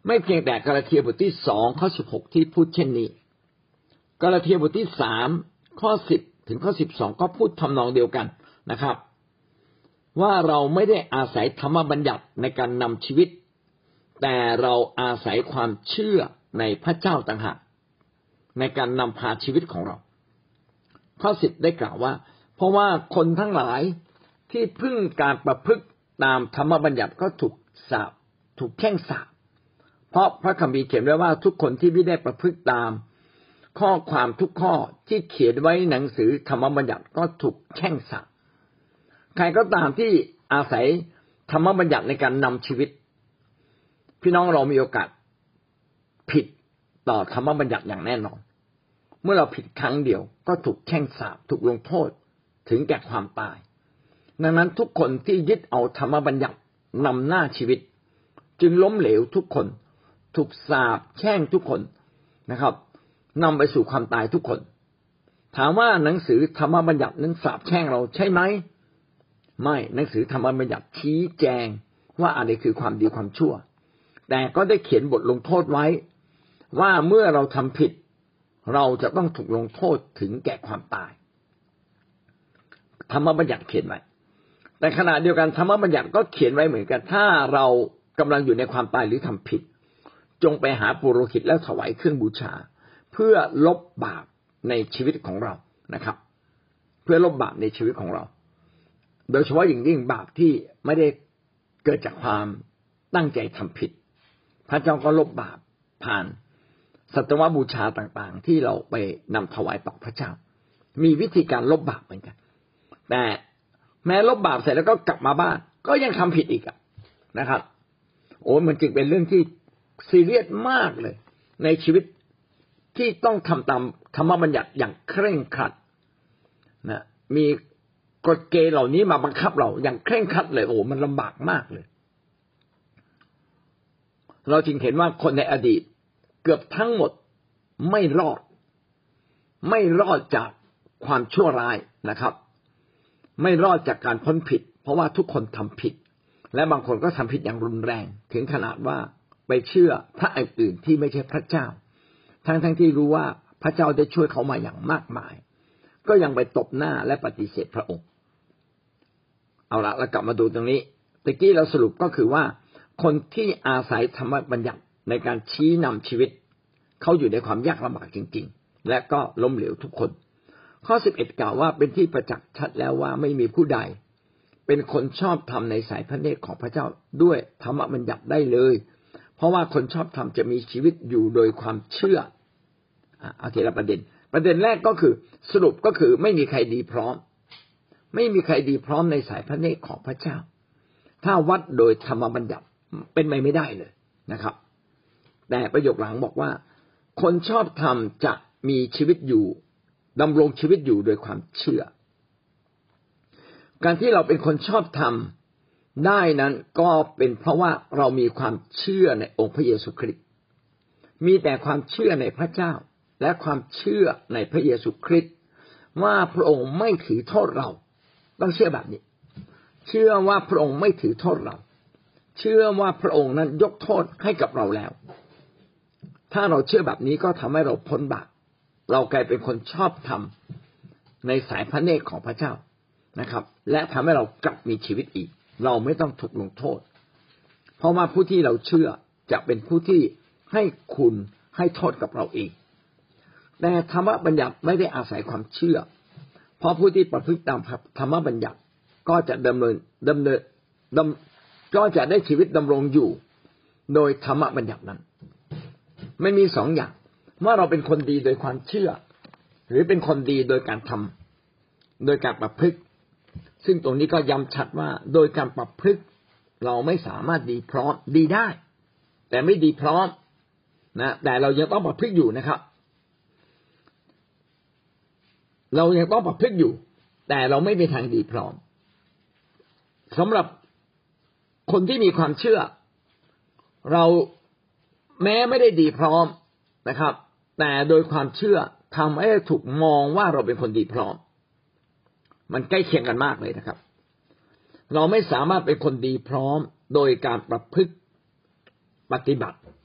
ไม่เพียงแต่กาลาเทียบทที่2ข้อ16ที่พูดเช่นนี้กาลาเทียบทที่3ข้อ10ถึงข้อ12ก็พูดทำนองเดียวกันนะครับว่าเราไม่ได้อาศัยธรรมบัญญัติในการนำชีวิตแต่เราอาศัยความเชื่อในพระเจ้าต่างหากในการนำพาชีวิตของเราข้อ10ได้กล่าวว่าเพราะว่าคนทั้งหลายที่พึ่งการประพฤติตามธรรมบัญญัติก็ถูกแช่งสาปเพราะพระคัมภีร์เขียนไว้ว่าทุกคนที่ไม่ได้ประพฤติตามข้อความทุกข้อที่เขียนไว้ในหนังสือธรรมบัญญัติก็ถูกแช่งสาปใครก็ตามที่อาศัยธรรมบัญญัติในการนำชีวิตพี่น้องเรามีโอกาสผิดต่อธรรมบัญญัติอย่างแน่นอนเมื่อเราผิดครั้งเดียวก็ถูกแช่งสาปถูกลงโทษถึงแก่ความตายดังนั้นทุกคนที่ยึดเอาธรรมบัญญัตินำหน้าชีวิตจึงล้มเหลวทุกคนถูกสาปแช่งทุกคนนะครับนำไปสู่ความตายทุกคนถามว่าหนังสือธรรมบัญญัตินั้นสาปแช่งเราใช่ไหมไม่หนังสือธรรมบัญญัติชี้แจงว่าอะไรคือความดีความชั่วแต่ก็ได้เขียนบทลงโทษไว้ว่าเมื่อเราทำผิดเราจะต้องถูกลงโทษถึงแก่ความตายธรรมบัญญัติเขียนไว้แต่ขณะเดียวกันธรรมบัญญัติก็เขียนไว้เหมือนกันถ้าเรากำลังอยู่ในความตายหรือทำผิดจงไปหาปุโรหิตแล้วถวายเครื่องบูชาเพื่อลบบาปในชีวิตของเรานะครับเพื่อลบบาปในชีวิตของเราโดยเฉพาะอย่างยิ่งบาปที่ไม่ได้เกิดจากความตั้งใจทำผิดพระเจ้าก็ลบบาปผ่านสัตวบูชาต่างๆที่เราไปนำถวายต่อพระเจ้ามีวิธีการลบบาปเหมือนกันแต่แม้ลบบาปเสร็จแล้วก็กลับมาบ้านก็ยังทำผิดอีกนะครับโอ้มันจึงเป็นเรื่องที่ซีเรียสมากเลยในชีวิตที่ต้องทำตามธรรมบัญญัติอย่างเคร่งครัดนะมีกฎเกณฑ์เหล่านี้มาบังคับเราอย่างเคร่งครัดเลยโอ้มันลำบากมากเลยเราจึงเห็นว่าคนในอดีตเกือบทั้งหมดไม่รอดจากความชั่วร้ายนะครับไม่รอดจากการพ้นผิดเพราะว่าทุกคนทำผิดและบางคนก็ทำผิดอย่างรุนแรงถึงขนาดว่าไปเชื่อพระอื่นที่ไม่ใช่พระเจ้าทั้งที่รู้ว่าพระเจ้าได้ช่วยเขามาอย่างมากมายก็ยังไปตบหน้าและปฏิเสธพระองค์เอาละเรากลับมาดูตรงนี้ตะกี้เราสรุปก็คือว่าคนที่อาศัยธรรมบัญญัติในการชี้นำชีวิตเขาอยู่ในความยากลำบากจริงๆและก็ล้มเหลวทุกคนข้อ11กล่าวว่าเป็นที่ประจักษ์ชัดแล้วว่าไม่มีผู้ใดเป็นคนชอบธรรมในสายพระเนตรของพระเจ้าด้วยธรรมบัญญัติได้เลยเพราะว่าคนชอบธรรมจะมีชีวิตอยู่โดยความเชื่อเอาทีละประเด็นแรกก็คือสรุปก็คือไม่มีใครดีพร้อมไม่มีใครดีพร้อมในสายพระเนตรของพระเจ้าถ้าวัดโดยธรรมบัญญัติเป็นไปไม่ได้เลยนะครับแต่ประโยคหลังบอกว่าคนชอบธรรมจะมีชีวิตอยู่ดำรงชีวิตอยู่โดยความเชื่อการที่เราเป็นคนชอบธรรมได้นั้นก็เป็นเพราะว่าเรามีความเชื่อในองค์พระเยซูคริสต์มีแต่ความเชื่อในพระเจ้าและความเชื่อในพระเยซูคริสต์ว่าพระองค์ไม่ถือโทษเราต้องเชื่อแบบนี้เชื่อว่าพระองค์ไม่ถือโทษเราเชื่อว่าพระองค์นั้นยกโทษให้กับเราแล้วถ้าเราเชื่อแบบนี้ก็ทำให้เราพ้นบาปเรากลายเป็นคนชอบธรรมในสายพระเนตรของพระเจ้านะครับและทำให้เรากลับมีชีวิตอีกเราไม่ต้องถูกลงโทษเพราะว่าผู้ที่เราเชื่อจะเป็นผู้ที่ให้คุณให้โทษกับเราเองแต่ธรรมบัญญัติไม่ได้อาศัยความเชื่อเพราะผู้ที่ประพฤติตามธรรมบัญญัติก็จะก็จะได้ชีวิตดำรงอยู่โดยธรรมบัญญัตินั้นไม่มีสองอย่างว่าเราเป็นคนดีโดยความเชื่อหรือเป็นคนดีโดยการทำโดยการประพฤติซึ่งตรงนี้ก็ย้ำชัดว่าโดยการประพฤติเราไม่สามารถดีพร้อมดีได้แต่ไม่ดีพร้อมนะแต่เรายังต้องประพฤติอยู่นะครับเรายังต้องประพฤติอยู่แต่เราไม่มีทางดีพร้อมสำหรับคนที่มีความเชื่อเราแม้ไม่ได้ดีพร้อมนะครับแต่โดยความเชื่อทำให้ถูกมองว่าเราเป็นคนดีพร้อมมันใกล้เคียงกันมากเลยนะครับเราไม่สามารถเป็นคนดีพร้อมโดยการประพฤติปฏิบัติ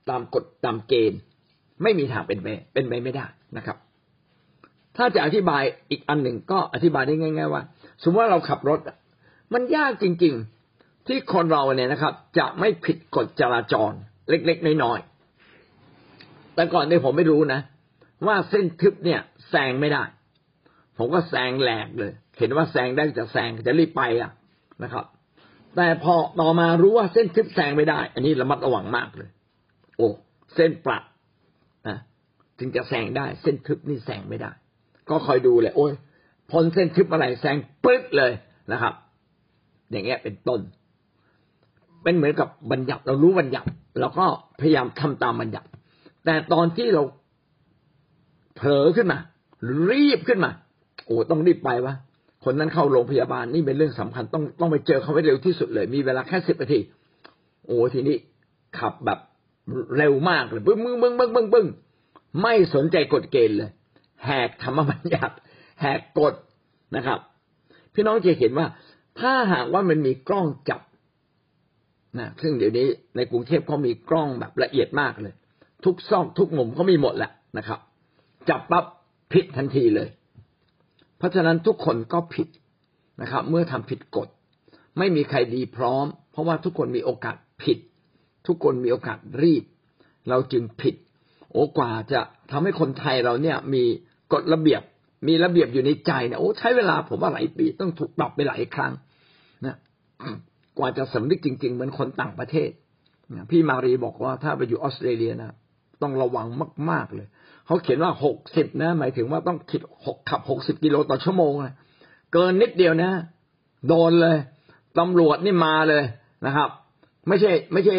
ตามกฎตามเกณฑ์ไม่มีทางเป็นไปไม่ได้นะครับถ้าจะอธิบายอีกอันหนึ่งก็อธิบายได้ง่ายๆว่าสมมติว่าเราขับรถมันยากจริงๆที่คนเราเนี่ยนะครับจะไม่ผิดกฎจราจรเล็กๆน้อยๆแต่ก่อนเนี่ยผมไม่รู้นะว่าเส้นทึบเนี่ยแซงไม่ได้ผมก็แซงแหลกเลยเห็นว่าแซงได้จะแซงจะรีบไปนะครับแต่พอต่อมารู้ว่าเส้นทึบแซงไม่ได้อันนี้ระมัดระวังมากเลยโอ้เส้นประนะถึงจะแซงได้เส้นทึบนี่แซงไม่ได้ก็คอยดูเลยโอ้ยพ้นเส้นทึบอะไรแซงปึ๊ดเลยนะครับอย่างเงี้ยเป็นต้นเป็นเหมือนกับบัญญัติเรารู้บัญญัติเราก็พยายามทำตามบัญญัติแต่ตอนที่เราเผลอขึ้นมารีบขึ้นมาโอ้ต้องรีบไปวะคนนั้นเข้าโรงพยาบาลนี่เป็นเรื่องสำคัญต้องไปเจอเขาให้เร็วที่สุดเลยมีเวลาแค่10 นาทีโอ้ทีนี้ขับแบบเร็วมากเลยบึ้งไม่สนใจกฎเกณฑ์เลยแหกธรรมบัญญัติแหกกฎนะครับพี่น้องจะเห็นว่าถ้าหากว่ามันมีกล้องจับนะซึ่งเดี๋ยวนี้ในกรุงเทพเขามีกล้องแบบละเอียดมากเลยทุกซอกทุกมุมเขามีหมดแหละนะครับจับปั๊บผิดทันทีเลยเพราะฉะนั้นทุกคนก็ผิดนะครับเมื่อทำผิดกฎไม่มีใครดีพร้อมเพราะว่าทุกคนมีโอกาสผิดทุกคนมีโอกาสรีบเราจึงผิดโอ้กว่าจะทำให้คนไทยเราเนี่ยมีกฎระเบียบมีระเบียบอยู่ในใจเนี่ยโอ้ใช้เวลาผมว่าหลายปีต้องถูกปรับไปหลายครั้งนะกว่าจะสำนึกจริงๆเหมือนคนต่างประเทศพี่มารีบอกว่าถ้าไปอยู่ออสเตรเลียนะต้องระวังมากๆเลยเขาเขียนว่า60นะหมายถึงว่าต้องขับ60 กิโลต่อชั่วโมงนะเกินนิดเดียวนะโดนเลยตำรวจนี่มาเลยนะครับไม่ใช่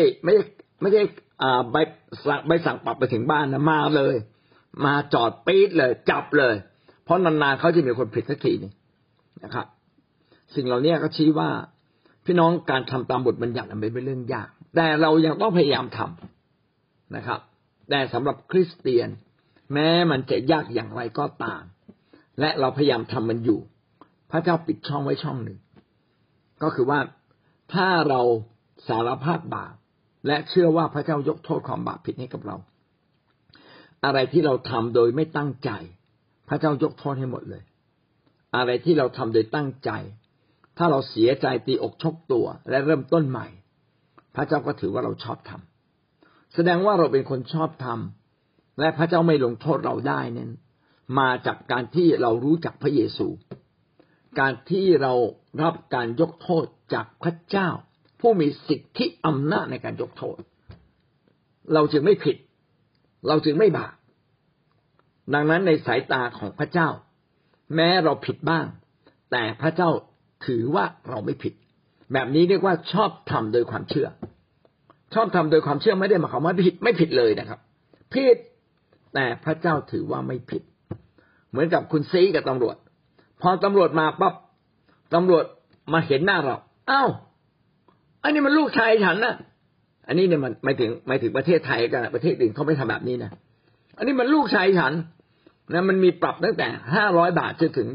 ใบสั่งปรับไปถึงบ้านนะมาเลยมาจอดปี๊ดเลยจับเลยเพราะนานๆเขาจะมีคนผิดสักทีนึงนะครับสิ่งเหล่านี้ก็ชี้ว่าพี่น้องการทำตามบทบัญญัติมันเป็นเรื่องยากแต่เรายังต้องพยายามทำนะครับแต่สำหรับคริสเตียนแม้มันจะยากอย่างไรก็ตามและเราพยายามทำมันอยู่พระเจ้าปิดช่องไว้ช่องหนึ่งก็คือว่าถ้าเราสารภาพบาปและเชื่อว่าพระเจ้ายกโทษความบาปผิดให้กับเราอะไรที่เราทำโดยไม่ตั้งใจพระเจ้ายกโทษให้หมดเลยอะไรที่เราทำโดยตั้งใจถ้าเราเสียใจตีอกชกตัวและเริ่มต้นใหม่พระเจ้าก็ถือว่าเราชอบทำแสดงว่าเราเป็นคนชอบทำและพระเจ้าไม่ลงโทษเราได้นั้นมาจากการที่เรารู้จักพระเยซูการที่เรารับการยกโทษจากพระเจ้าผู้มีสิทธิอำนาจในการยกโทษเราจึงไม่ผิดเราจึงไม่บาปดังนั้นในสายตาของพระเจ้าแม้เราผิดบ้างแต่พระเจ้าถือว่าเราไม่ผิดแบบนี้เรียกว่าชอบทำโดยความเชื่อชอบทำโดยความเชื่อไม่ได้หมายความว่าไม่ผิดเลยนะครับผิดแต่พระเจ้าถือว่าไม่ผิดเหมือนกับคุณซีกับตำรวจพอตำรวจมาปั๊บตำรวจมาเห็นหน้าเราอ้าวอันนี้มันลูกชายฉันนะอันนี้เนี่ยมันไม่ถึงประเทศไทยกันประเทศอื่นเขาไม่ทำแบบนี้นะอันนี้มันลูกชายฉันนะมันมีปรับตั้งแต่500 บาทจนถึง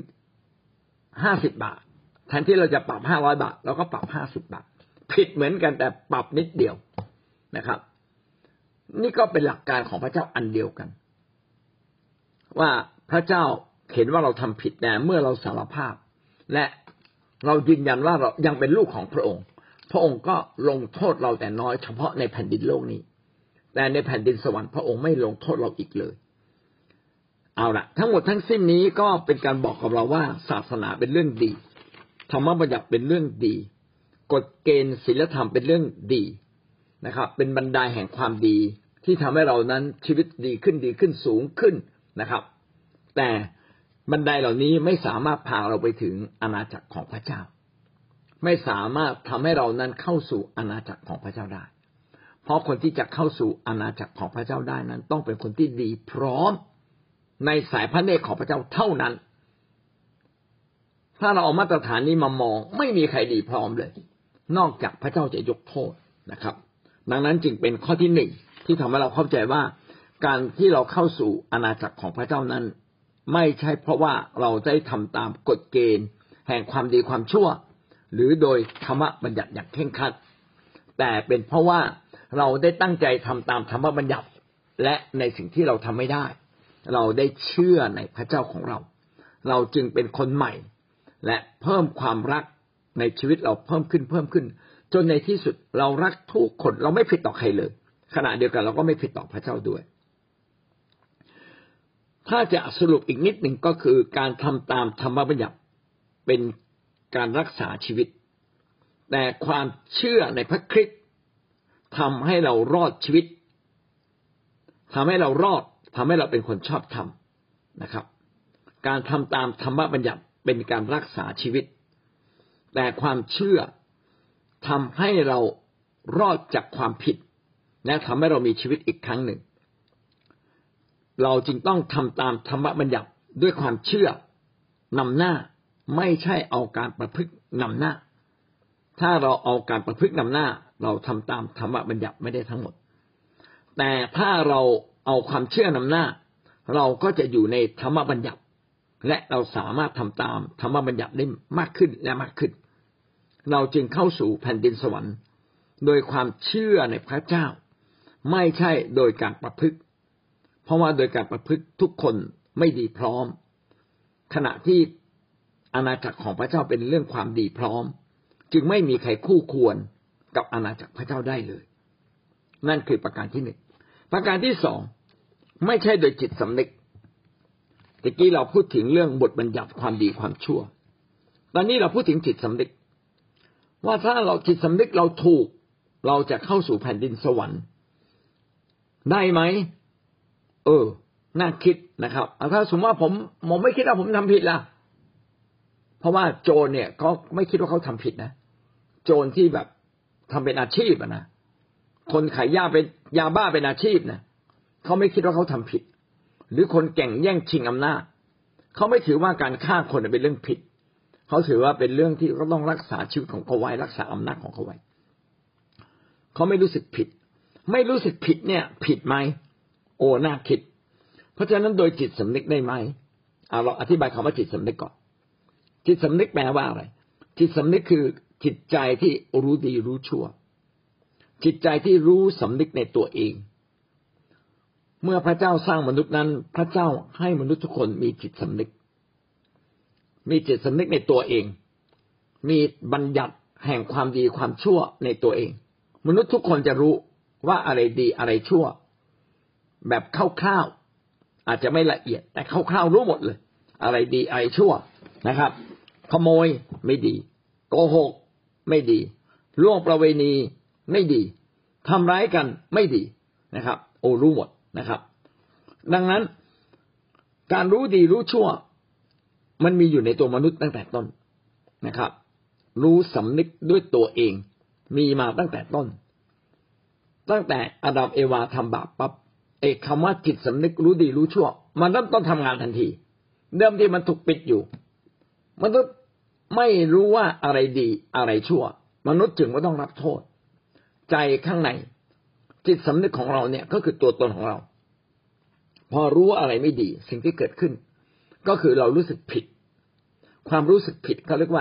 50 บาทแทนที่เราจะปรับ500 บาทเราก็ปรับ50 บาทผิดเหมือนกันแต่ปรับนิดเดียวนะครับนี่ก็เป็นหลักการของพระเจ้าอันเดียวกันว่าพระเจ้าเห็นว่าเราทำผิดแต่เมื่อเราสารภาพและเรายืนยันว่าเรายังเป็นลูกของพระองค์พระองค์ก็ลงโทษเราแต่น้อยเฉพาะในแผ่นดินโลกนี้แต่ในแผ่นดินสวรรค์พระองค์ไม่ลงโทษเราอีกเลยเอาละทั้งหมดทั้งสิ้นนี้ก็เป็นการบอกกับเราว่าศาสนาเป็นเรื่องดีธรรมบัญญัติเป็นเรื่องดีกฎเกณฑ์ศีลธรรมเป็นเรื่องดีนะครับเป็นบันไดแห่งความดีที่ทำให้เรานั้นชีวิตดีขึ้นสูงขึ้นนะครับแต่บันไดเหล่านี้ไม่สามารถพาเราไปถึงอาณาจักรของพระเจ้าไม่สามารถทำให้เรานั้นเข้าสู่อาณาจักรของพระเจ้าได้เพราะคนที่จะเข้าสู่อาณาจักรของพระเจ้าได้นั้นต้องเป็นคนที่ดีพร้อมในสายพระเนตรของพระเจ้าเท่านั้นถ้าเราเอามาตรฐานนี้มามองไม่มีใครดีพร้อมเลยนอกจากพระเจ้าจะยกโทษนะครับดังนั้นจึงเป็นข้อที่หนึ่งที่ทำให้เราเข้าใจว่าการที่เราเข้าสู่อาณาจักรของพระเจ้านั้นไม่ใช่เพราะว่าเราได้ทำตามกฎเกณฑ์แห่งความดีความชั่วหรือโดยธรรมบัญญัติอย่างเคร่งครัดแต่เป็นเพราะว่าเราได้ตั้งใจทำตามธรรมบัญญัติและในสิ่งที่เราทำไม่ได้เราได้เชื่อในพระเจ้าของเราเราจึงเป็นคนใหม่และเพิ่มความรักในชีวิตเราเพิ่มขึ้นจนในที่สุดเรารักทุกคนเราไม่ผิดต่อใครเลยขณะเดียวกันเราก็ไม่ผิดต่อพระเจ้าด้วยถ้าจะสรุปอีกนิดหนึ่งก็คือการทำตามธรรมบัญญัติเป็นการรักษาชีวิตแต่ความเชื่อในพระคริสต์ทำให้เรารอดชีวิตทำให้เรารอดทำให้เราเป็นคนชอบธรรมนะครับการทำตามธรรมบัญญัติเป็นการรักษาชีวิตแต่ความเชื่อทำให้เรารอดจากความผิดและทำให้เรามีชีวิตอีกครั้งหนึ่งเราจึงต้องทำตามธรรมบัญญัติด้วยความเชื่อนำหน้าไม่ใช่เอาการประพฤตินำหน้าถ้าเราเอาการประพฤตินำหน้าเราทำตามธรรมบัญญัติไม่ได้ทั้งหมดแต่ถ้าเราเอาความเชื่อนำหน้าเราก็จะอยู่ในธรรมบัญญัติและเราสามารถทำตามธรรมบัญญัติได้มากขึ้นและมากขึ้นเราจึงเข้าสู่แผ่นดินสวรรค์โดยความเชื่อในพระเจ้าไม่ใช่โดยการประพฤติเพราะว่าโดยการประพฤติทุกคนไม่ดีพร้อมขณะที่อาณาจักรของพระเจ้าเป็นเรื่องความดีพร้อมจึงไม่มีใครคู่ควรกับอาณาจักรพระเจ้าได้เลยนั่นคือประการที่หนึ่งประการที่สองไม่ใช่โดยจิตสำนึกตะกี้เราพูดถึงเรื่องบทบัญญัติความดีความชั่วตอนนี้เราพูดถึงจิตสำนึกว่าถ้าเราจิตสำนึกเราถูกเราจะเข้าสู่แผ่นดินสวรรค์ได้ไหมน่าคิดนะครับถ้าสมมติว่าผมไม่คิดว่าผมทำผิดล่ะเพราะว่าโจรเนี่ยเขาไม่คิดว่าเขาทำผิดนะโจรที่แบบทำเป็นอาชีพนะคนขายยาบ้าเป็นอาชีพนะเขาไม่คิดว่าเขาทำผิดหรือคนแก่งแย่งชิงอำนาจเขาไม่ถือว่าการฆ่าคนเป็นเรื่องผิดเขาถือว่าเป็นเรื่องที่เขาต้องรักษาชีวิตของเขาไว้รักษาอำนาจของเขาไว้เขาไม่รู้สึกผิดไม่รู้สึกผิดเนี่ยผิดไหมน่าคิดเพราะฉะนั้นโดยจิตสำนึกได้ไหมเราอธิบายคำว่าจิตสำนึกก่อนจิตสำนึกแปลว่าอะไรจิตสำนึกคือจิตใจที่รู้ดีรู้ชั่วจิตใจที่รู้สำนึกในตัวเองเมื่อพระเจ้าสร้างมนุษย์นั้นพระเจ้าให้มนุษย์ทุกคนมีจิตสำนึกมีจิตสำนึกในตัวเองมีบัญญัติแห่งความดีความชั่วในตัวเองมนุษย์ทุกคนจะรู้ว่าอะไรดีอะไรชั่วแบบคร่าวๆอาจจะไม่ละเอียดแต่คร่าวๆรู้หมดเลยอะไรดีอะไรชั่วนะครับขโมยไม่ดีโกหกไม่ดีล่วงประเวณีไม่ดีทำร้ายกันไม่ดีนะครับรู้หมดนะครับดังนั้นการรู้ดีรู้ชั่วมันมีอยู่ในตัวมนุษย์ตั้งแต่ต้นนะครับรู้สำนึกด้วยตัวเองมีมาตั้งแต่ต้นตั้งแต่อาดัมเอวาทำบาปปั๊บคำว่าจิตสำนึกรู้ดีรู้ชั่วมันเริ่มต้นทำงานทันทีเดิมทีมันถูกปิดอยู่มนุษย์ไม่รู้ว่าอะไรดีอะไรชั่วมนุษย์จึงไม่ต้องรับโทษใจข้างในจิตสำนึกของเราเนี่ยก็คือตัวตนของเราพอรู้ว่าอะไรไม่ดีสิ่งที่เกิดขึ้นก็คือเรารู้สึกผิดความรู้สึกผิดเขาเรียกว่า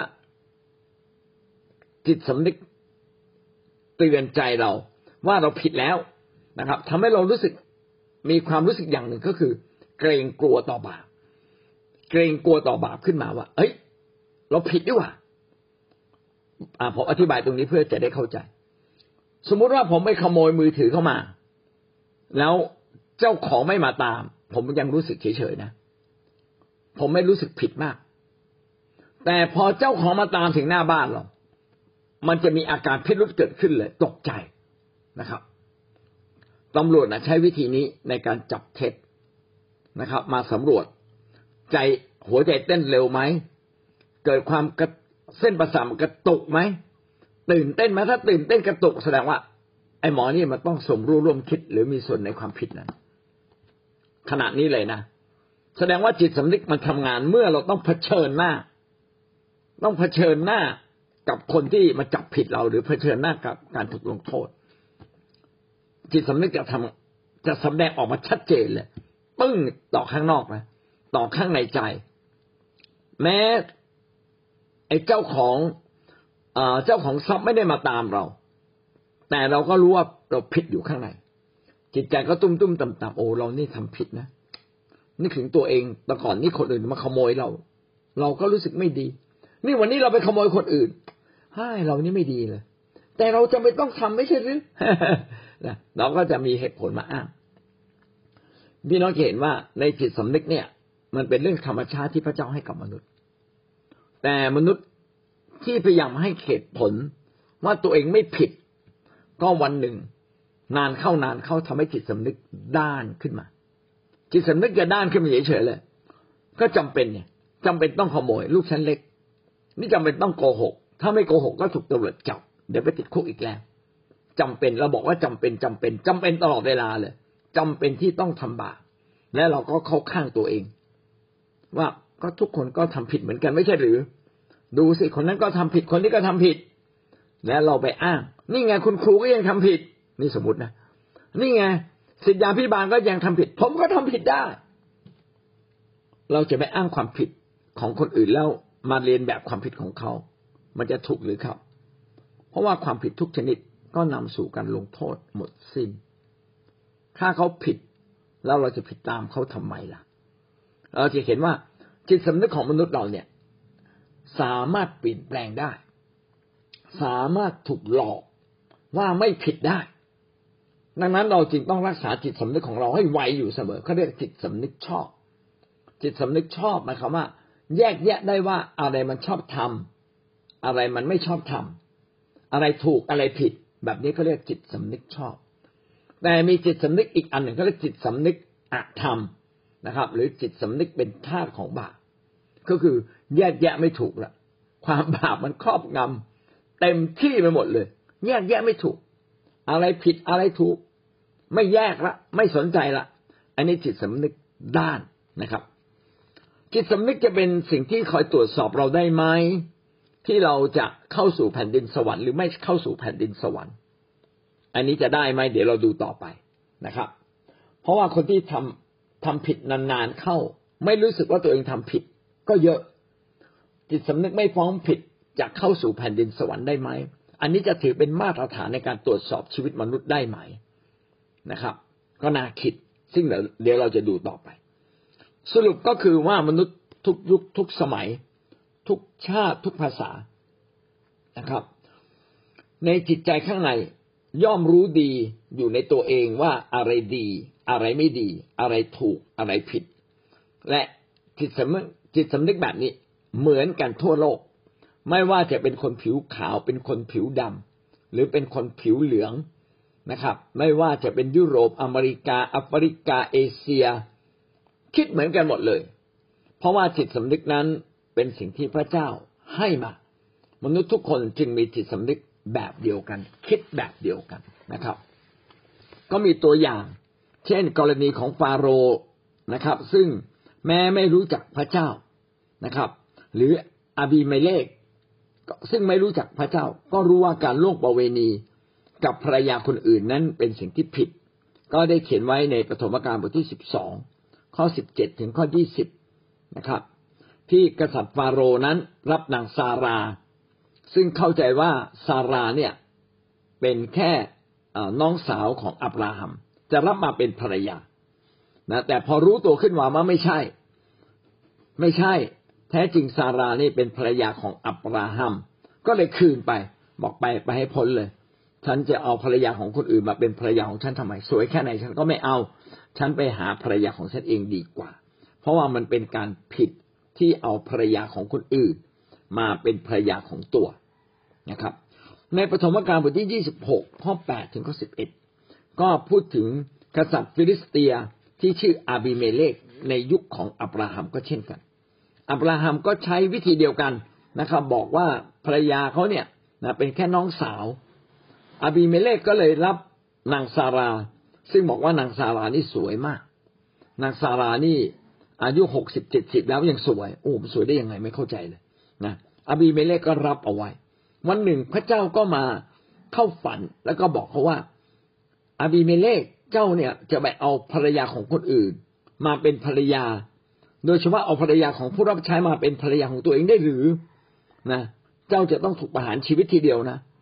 จิตสำนึกเตือนใจเราว่าเราผิดแล้วนะครับทำให้เรารู้สึกมีความรู้สึกอย่างหนึ่งก็คือเกรงกลัวต่อบาปเกรงกลัวต่อบาปขึ้นมาว่าเราผิดดีกว่าผมอธิบายตรงนี้เพื่อจะได้เข้าใจสมมุติว่าผมไปขโมยมือถือเข้ามาแล้วเจ้าของไม่มาตามผมยังรู้สึกเฉยๆนะผมไม่รู้สึกผิดมากแต่พอเจ้าของมาตามถึงหน้าบ้านเรามันจะมีอาการพิรุธเกิดขึ้นเลยตกใจนะครับตำรวจใช้วิธีนี้ในการจับเท็จนะครับมาสำรวจใจหัวใจเต้นเร็วไหมเกิดความเส้นประสาทกระตุกไหมตื่นเต้นไหมถ้าตื่นเต้นกระตุกแสดงว่าไอ้หมอนี่มันต้องสมรู้ร่วมคิดหรือมีส่วนในความผิดนั้นขณะนี้เลยนะแสดงว่าจิตสำนึกมันทำงานเมื่อเราต้องเผชิญหน้ากับคนที่มาจับผิดเราหรือเผชิญหน้ากับการถูกลงโทษจิตสำนึกจะแสดงออกมาชัดเจนเลยปึ้งต่อข้างนอกนะต่อข้างในใจแม้ไอ้เจ้าของทรัพย์ไม่ได้มาตามเราแต่เราก็รู้ว่าเราผิดอยู่ข้างในจิตใจก็ตุ้มๆต่ำๆโอ้เรานี่ทำผิดนะนึกถึงตัวเองแต่ก่อนนี่คนอื่นมาขโมยเราก็รู้สึกไม่ดีนี่วันนี้เราไปขโมยคนอื่นเรานี่ไม่ดีเลยแต่เราจะไม่ต้องทำไม่ใช่หรือ เราก็จะมีเหตุผลมาอ้างพี่น้องเห็นว่าในจิตสำนึกเนี่ยมันเป็นเรื่องธรรมชาติที่พระเจ้าให้กับมนุษย์แต่มนุษย์ที่พยายามให้เหตุผลว่าตัวเองไม่ผิดก็วันหนึ่งนานเข้าทำให้จิตสำนึกด้านขึ้นมาจิตสำนึกจะด้านขึ้นมาเฉยๆเลยก็จำเป็นต้องขโมยลูกฉันเล็กนี่จำเป็นต้องโกหกถ้าไม่โกหกก็ถูกตำรวจจับเดี๋ยวไปติดคุกอีกแล้วจำเป็นเราบอกว่าจำเป็นตลอดเวลาเลยจำเป็นที่ต้องทำบาปและเราก็เข้าข้างตัวเองว่าก็ทุกคนก็ทำผิดเหมือนกันไม่ใช่หรือดูสิคนนั้นก็ทำผิดคนนี้ก็ทำผิดและเราไปอ้างนี่ไงคุณครูก็ยังทำผิดนี่สมมตินะนี่ไงศิษยาภิบาลก็ยังทำผิดผมก็ทำผิดได้เราจะไปอ้างความผิดของคนอื่นแล้วมาเรียนแบบความผิดของเขามันจะถูกหรือครับเพราะว่าความผิดทุกชนิดก็นำสู่การลงโทษหมดสิ้นถ้าเขาผิดแล้วเราจะผิดตามเขาทำไมล่ะเราจะเห็นว่าจิตสำนึกของมนุษย์เราเนี่ยสามารถเปลี่ยนแปลงได้สามารถถูกหลอกว่าไม่ผิดได้ดังนั้นเราจึงต้องรักษาจิตสำนึกของเราให้ไวอยู่เสมอเขาเรียกจิตสำนึกชอบจิตสำนึกชอบหมายความว่าแยกแยะได้ว่าอะไรมันชอบทำอะไรมันไม่ชอบทำอะไรถูกอะไรผิดแบบนี้เขาเรียกจิตสำนึกชอบแต่มีจิตสำนึกอีกอันหนึ่งเขาเรียกจิตสำนึกอธรรมนะครับหรือจิตสำนึกเป็นทาสของบาปก็คือแยกแยะไม่ถูกละความบาปมันครอบงำเต็มที่ไปหมดเลยแยกแยะไม่ถูกอะไรผิดอะไรถูกไม่แยกละไม่สนใจละอันนี้จิตสำนึกด้านนะครับจิตสำนึกจะเป็นสิ่งที่คอยตรวจสอบเราได้ไหมที่เราจะเข้าสู่แผ่นดินสวรรค์หรือไม่เข้าสู่แผ่นดินสวรรค์อันนี้จะได้ไหมเดี๋ยวเราดูต่อไปนะครับเพราะว่าคนที่ทำผิดนานๆเข้าไม่รู้สึกว่าตัวเองทำผิดก็เยอะจิตสำนึกไม่ฟ้องผิดจะเข้าสู่แผ่นดินสวรรค์ได้ไหมอันนี้จะถือเป็นมาตรฐานในการตรวจสอบชีวิตมนุษย์ได้ไหมนะครับก็น่าคิดซึ่งเดี๋ยวเราจะดูต่อไปสรุปก็คือว่ามนุษย์ทุกยุคทุกสมัยทุกชาติทุกภาษานะครับในจิตใจข้างในย่อมรู้ดีอยู่ในตัวเองว่าอะไรดีอะไรไม่ดีอะไรถูกอะไรผิดและจิตสำนึกแบบนี้เหมือนกันทั่วโลกไม่ว่าจะเป็นคนผิวขาวเป็นคนผิวดำหรือเป็นคนผิวเหลืองนะครับไม่ว่าจะเป็นยุโรปอเมริกาแอฟริกาเอเชียคิดเหมือนกันหมดเลยเพราะว่าจิตสำนึกนั้นเป็นสิ่งที่พระเจ้าให้มามนุษย์ทุกคนจึงมีจิตสำนึกแบบเดียวกันคิดแบบเดียวกันนะครับก็มีตัวอย่างเช่นกรณีของฟาโรห์นะครับซึ่งแม้ไม่รู้จักพระเจ้านะครับหรืออาบีเมเลกซึ่งไม่รู้จักพระเจ้าก็รู้ว่าการล่วงประเวณีกับภรรยาคนอื่นนั้นเป็นสิ่งที่ผิดก็ได้เขียนไว้ในปฐมกาลบทที่12ข้อ17ถึงข้อ20นะครับที่กษัตริย์ฟาโรห์นั้นรับนางซาราซึ่งเข้าใจว่าซาราเนี่ยเป็นแค่น้องสาวของอับราฮัมจะรับมาเป็นภรรยานะแต่พอรู้ตัวขึ้นว่าไม่ใช่แท้จริงซารานี่เป็นภรรยาของอับราฮัมก็เลยคืนไปบอกไปให้พ้นเลยฉันจะเอาภรรยาของคนอื่นมาเป็นภรรยาของฉันทำไมสวยแค่ไหนฉันก็ไม่เอาฉันไปหาภรรยาของฉันเองดีกว่าเพราะว่ามันเป็นการผิดที่เอาภรรยาของคนอื่นมาเป็นภรรยาของตัวนะครับในปฐมกาลบทที่26ข้อ8ถึงข้อ11ก็พูดถึงกษัตริย์ฟิลิสเตียที่ชื่ออาบิเมเลกในยุคของอับราฮัมก็เช่นกันอับราฮัมก็ใช้วิธีเดียวกันนะครับบอกว่าภรรยาเขาเนี่ยเป็นแค่น้องสาวอาบิเมเลกก็เลยรับนางซาราซึ่งบอกว่านางซารานี่สวยมากนางซารานี่อายุ60-70แล้วยังสวยโอ้สวยได้ยังไงไม่เข้าใจเลยนะอาบิเมเลกก็รับเอาไว้วันหนึ่งพระเจ้าก็มาเข้าฝันแล้วก็บอกเขาว่าอาบิเมเลกเจ้าเนี่ยจะไปเอาภรรยาของคนอื่นมาเป็นภรรยาโดยเฉพาะเอาภรรยาของผู้รับใช้มาเป็นภรรยาของตัวเองได้หรือนะเจ้าจะต้องถูกประหารชีวิตทีเดียวนะ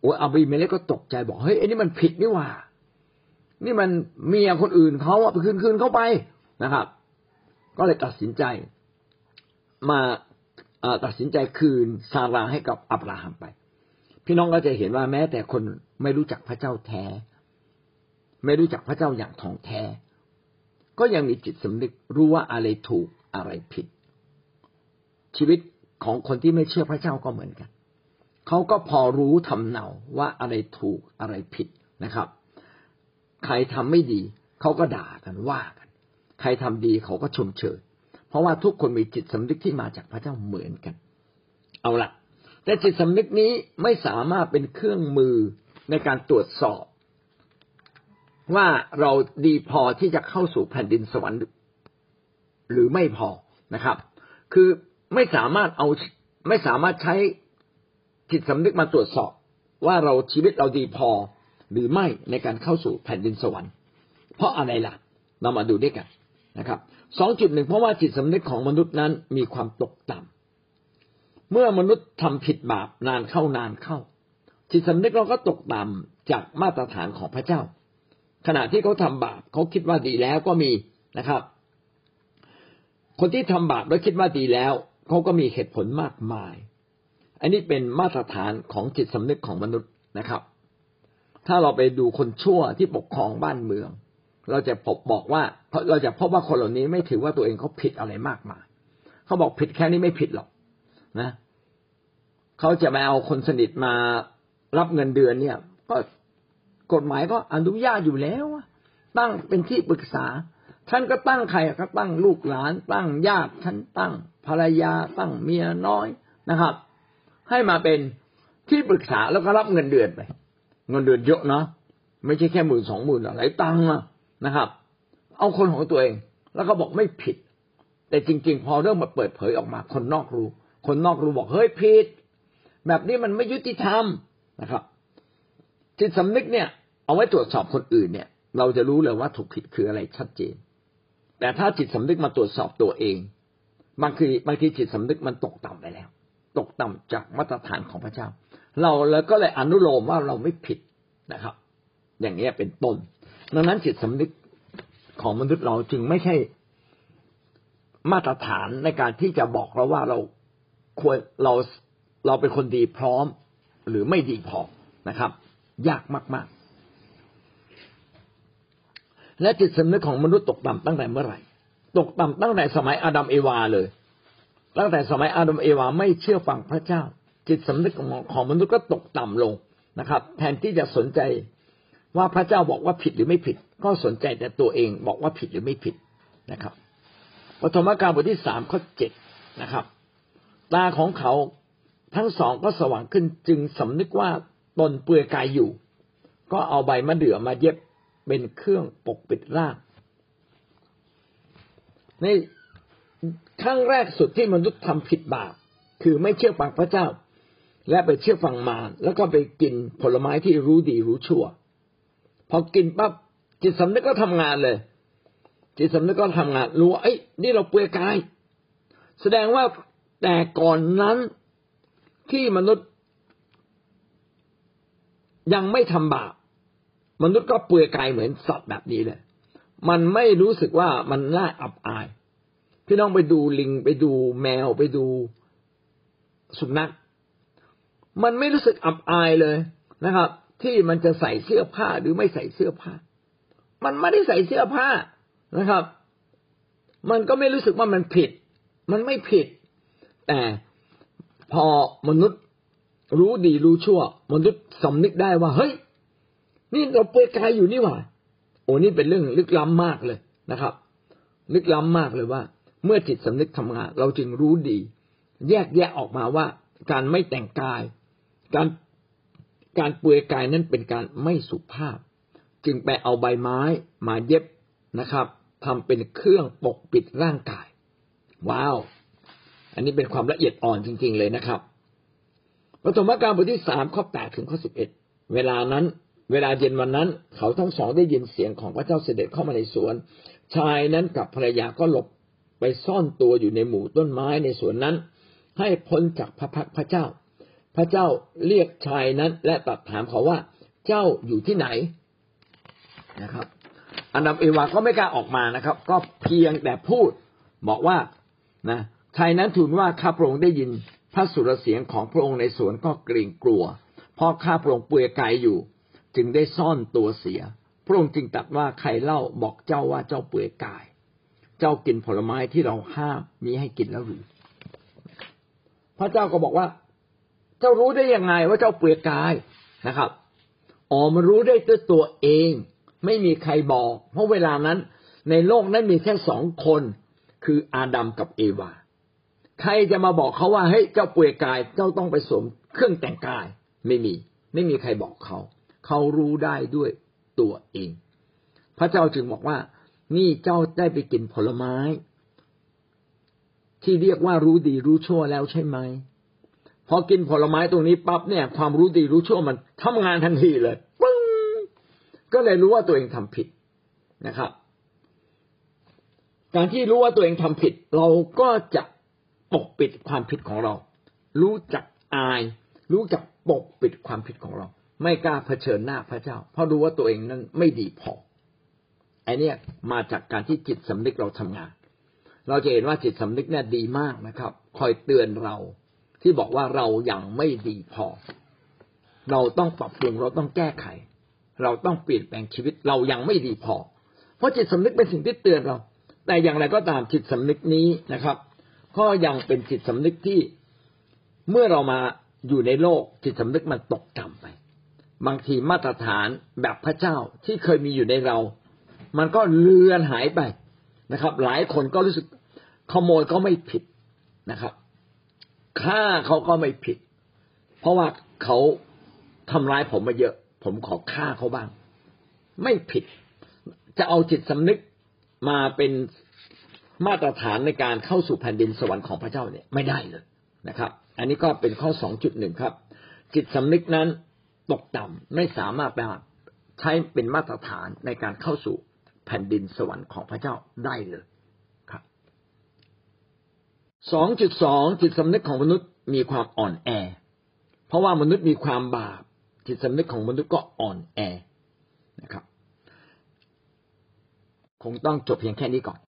โอ้อาบีเมเลกก็ตกใจบอกเฮ้ยไอ้นี่มันผิดนี่หว่านี่มันเมียคนอื่นเขาไปคืนเข้าไปนะครับก็เลยตัดสินใจมาตัดสินใจคืนซาราให้กับอับราฮัมไปพี่น้องก็จะเห็นว่าแม้แต่คนไม่รู้จักพระเจ้าแท้ไม่รู้จักพระเจ้าอย่างท่องแท้ก็ยังมีจิตสำนึกรู้ว่าอะไรถูกอะไรผิดชีวิตของคนที่ไม่เชื่อพระเจ้าก็เหมือนกันเขาก็พอรู้ทำเนาว่าอะไรถูกอะไรผิดนะครับใครทำไม่ดีเขาก็ด่ากันว่ากันใครทำดีเขาก็ชมเชยเพราะว่าทุกคนมีจิตสำนึกที่มาจากพระเจ้าเหมือนกันเอาล่ะแต่จิตสำนึกนี้ไม่สามารถเป็นเครื่องมือในการตรวจสอบว่าเราดีพอที่จะเข้าสู่แผ่นดินสวรรค์หรือไม่พอนะครับคือไม่สามารถใช้จิตสำนึกมาตรวจสอบว่าเราชีวิตเราดีพอหรือไม่ในการเข้าสู่แผ่นดินสวรรค์เพราะอะไรล่ะเรามาดูด้วยกันนะครับ 2.1 เพราะว่าจิตสำนึกของมนุษย์นั้นมีความตกต่ำเมื่อมนุษย์ทำผิดบาปนานเข้าจิตสำนึกเราก็ตกต่ำจากมาตรฐานของพระเจ้าขณะที่เขาทำบาปเขาคิดว่าดีแล้วก็มีนะครับคนที่ทำบาปแล้วคิดว่าดีแล้วเขาก็มีเหตุผลมากมายอันนี้เป็นมาตรฐานของจิตสำนึกของมนุษย์นะครับถ้าเราไปดูคนชั่วที่ปกครองบ้านเมืองเราจะพบว่าคนเหล่านี้ไม่ถือว่าตัวเองเขาผิดอะไรมากมายเขาบอกผิดแค่นี้ไม่ผิดหรอกนะเขาจะมาเอาคนสนิทมารับเงินเดือนเนี่ยก็กฎหมายก็อนุญาตอยู่แล้วตั้งเป็นที่ปรึกษาท่านก็ตั้งใครก็ตั้งลูกหลานตั้งญาติท่านตั้งภรรยาตั้งเมียน้อยนะครับให้มาเป็นที่ปรึกษาแล้วก็รับเงินเดือนไปเงินเดือนเยอะเนาะไม่ใช่แค่10,000-20,000หลายตังค์นะครับเอาคนของตัวเองแล้วก็บอกไม่ผิดแต่จริงๆพอเรื่องมาเปิดเผยออกมาคนนอกรู้บอกเฮ้ยผิดแบบนี้มันไม่ยุติธรรมนะครับจิตสำนึกเนี่ยเอาไว้ตรวจสอบคนอื่นเนี่ยเราจะรู้เลยว่าถูกผิดคืออะไรชัดเจนแต่ถ้าจิตสำนึกมาตรวจสอบตัวเองบางทีจิตสำนึกมันตกต่ำไปแล้วตกต่ำจากมาตรฐานของพระเจ้าเราแล้วก็เลยอนุโลมว่าเราไม่ผิดนะครับอย่างนี้เป็นต้นดังนั้นจิตสำนึกของมนุษย์เราจึงไม่ใช่มาตรฐานในการที่จะบอกเราว่าเราเป็นคนดีพร้อมหรือไม่ดีพอนะครับยากมากๆและจิตสำนึกของมนุษย์ตกต่ำตั้งแต่เมื่อไหร่ตกต่ำตั้งแต่สมัยอาดัมเอวาเลยตั้งแต่สมัยอาดัมเอวาไม่เชื่อฟังพระเจ้าจิตสำนึกของมนุษย์ก็ตกต่ำลงนะครับแทนที่จะสนใจว่าพระเจ้าบอกว่าผิดหรือไม่ผิดก็สนใจแต่ตัวเองบอกว่าผิดหรือไม่ผิดนะครับปฐมกาลบทที่3ข้อ7นะครับตาของเขาทั้งสองก็สว่างขึ้นจึงสำนึกว่าตนเปลือยกายอยู่ก็เอาใบมะเดื่อมาเย็บเป็นเครื่องปกปิดร่างในครั้งแรกสุดที่มนุษย์ทำผิดบาปคือไม่เชื่อฟังพระเจ้าและไปเชื่อฟังมารแล้วก็ไปกินผลไม้ที่รู้ดีรู้ชั่วพอกินปั๊บจิตสำนึกก็ทำงานเลยจิตสำนึกก็ทำงานรู้ว่านี่เราเปลือยกายแสดงว่าแต่ก่อนนั้นที่มนุษย์ยังไม่ทำบาปมนุษย์ก็เปลือยกายเหมือนสัตว์แบบนี้เลยมันไม่รู้สึกว่ามันน่าอับอายพี่น้องไปดูลิงไปดูแมวไปดูสุนัขมันไม่รู้สึกอับอายเลยนะครับที่มันจะใส่เสื้อผ้าหรือไม่ใส่เสื้อผ้ามันไม่ได้ใส่เสื้อผ้านะครับมันก็ไม่รู้สึกว่ามันผิดมันไม่ผิดแต่พอมนุษย์รู้ดีรู้ชั่วมนุษย์สำนึกได้ว่าเฮ้ยนี่เราเปลือยกายอยู่นี่หว่าโอ้นี่เป็นเรื่องลึกล้ำมากเลยนะครับลึกล้ำมากเลยว่าเมื่อจิตสำนึกทำงานเราจึงรู้ดีแยกแยะออกมาว่าการไม่แต่งกายการเปลือยกายนั้นเป็นการไม่สุภาพจึงไปเอาใบไม้มาเย็บนะครับทำเป็นเครื่องปกปิดร่างกายว้าวอันนี้เป็นความละเอียดอ่อนจริงๆเลยนะครับปฐมกาลบทที่3ข้อ8ถึงข้อ11เวลาเย็นวันนั้นเขาทั้งสองได้ยินเสียงของพระเจ้าเสด็จเข้ามาในสวนชายนั้นกับภรรยาก็หลบไปซ่อนตัวอยู่ในหมู่ต้นไม้ในสวนนั้นให้พ้นจากพระพักพระเจ้าพระเจ้าเรียกชายนั้นและตรัสถามเขาว่าเจ้าอยู่ที่ไหนนะครับอาดัมเอวาก็ไม่กล้าออกมานะครับก็เพียงแต่พูดบอกว่านะชายนั้นทูลว่าข้าพระองค์ได้ยินพระสุรเสียงของพระองค์ในสวนก็เกรงกลัวเพราะข้าพระองค์เปลือยกายอยู่จึงได้ซ่อนตัวเสียพระองค์จึงตรัสว่าใครเล่าบอกเจ้าว่าเจ้าเปลือยกายเจ้ากินผลไม้ที่เราห้ามมิให้กินแล้วหรือพระเจ้าก็บอกว่าเจ้ารู้ได้ยังไงว่าเจ้าเปลือยกายนะครับมันรู้ได้ด้วยตัวเองไม่มีใครบอกเพราะเวลานั้นในโลกนั้นมีแค่2 คนคืออาดัมกับเอวาใครจะมาบอกเขาว่าเฮ้ยเจ้าเปลือยกายเจ้าต้องไปสวมเครื่องแต่งกายไม่มีใครบอกเขารู้ได้ด้วยตัวเองพระเจ้าจึงบอกว่านี่เจ้าได้ไปกินผลไม้ที่เรียกว่ารู้ดีรู้ชั่วแล้วใช่ไหมพอกินผลไม้ตรงนี้ปั๊บเนี่ยความรู้ดีรู้ชั่วมันทำงานทันทีเลยปึ้งก็เลยรู้ว่าตัวเองทำผิดนะครับการที่รู้ว่าตัวเองทำผิดเราก็จะปกปิดความผิดของเรารู้จักอายรู้จักปกปิดความผิดของเราไม่กล้าเผชิญหน้าพระเจ้าเพราะรู้ว่าตัวเองนั้นไม่ดีพอไอ้นี่มาจากการที่จิตสำนึกเราทำงานเราจะเห็นว่าจิตสำนึกเนี่ยดีมากนะครับคอยเตือนเราที่บอกว่าเรายังไม่ดีพอเราต้องปรับปรุงเราต้องแก้ไขเราต้องเปลี่ยนแปลงชีวิตเรายังไม่ดีพอเพราะจิตสำนึกเป็นสิ่งที่เตือนเราแต่อย่างไรก็ตามจิตสำนึกนี้นะครับก็ยังเป็นจิตสำนึกที่เมื่อเรามาอยู่ในโลกจิตสำนึกมันตกต่ำไปบางทีมาตรฐานแบบพระเจ้าที่เคยมีอยู่ในเรามันก็เลือนหายไปนะครับหลายคนก็รู้สึกขโมยก็ไม่ผิดนะครับฆ่าเขาก็ไม่ผิดเพราะว่าเขาทำร้ายผมมาเยอะผมขอฆ่าเขาบ้างไม่ผิดจะเอาจิตสำนึกมาเป็นมาตรฐานในการเข้าสู่แผ่นดินสวรรค์ของพระเจ้าเนี่ยไม่ได้เลยนะครับอันนี้ก็เป็นข้อ 2.1 ครับจิตสำนึกนั้นตกต่ำไม่สามารถใช้เป็นมาตรฐานในการเข้าสู่แผ่นดินสวรรค์ของพระเจ้าได้เลยครับ 2.2 จิตสำนึกของมนุษย์มีความอ่อนแอเพราะว่ามนุษย์มีความบาปจิตสำนึกของมนุษย์ก็อ่อนแอนะครับคงต้องจบเพียงแค่นี้ก่อน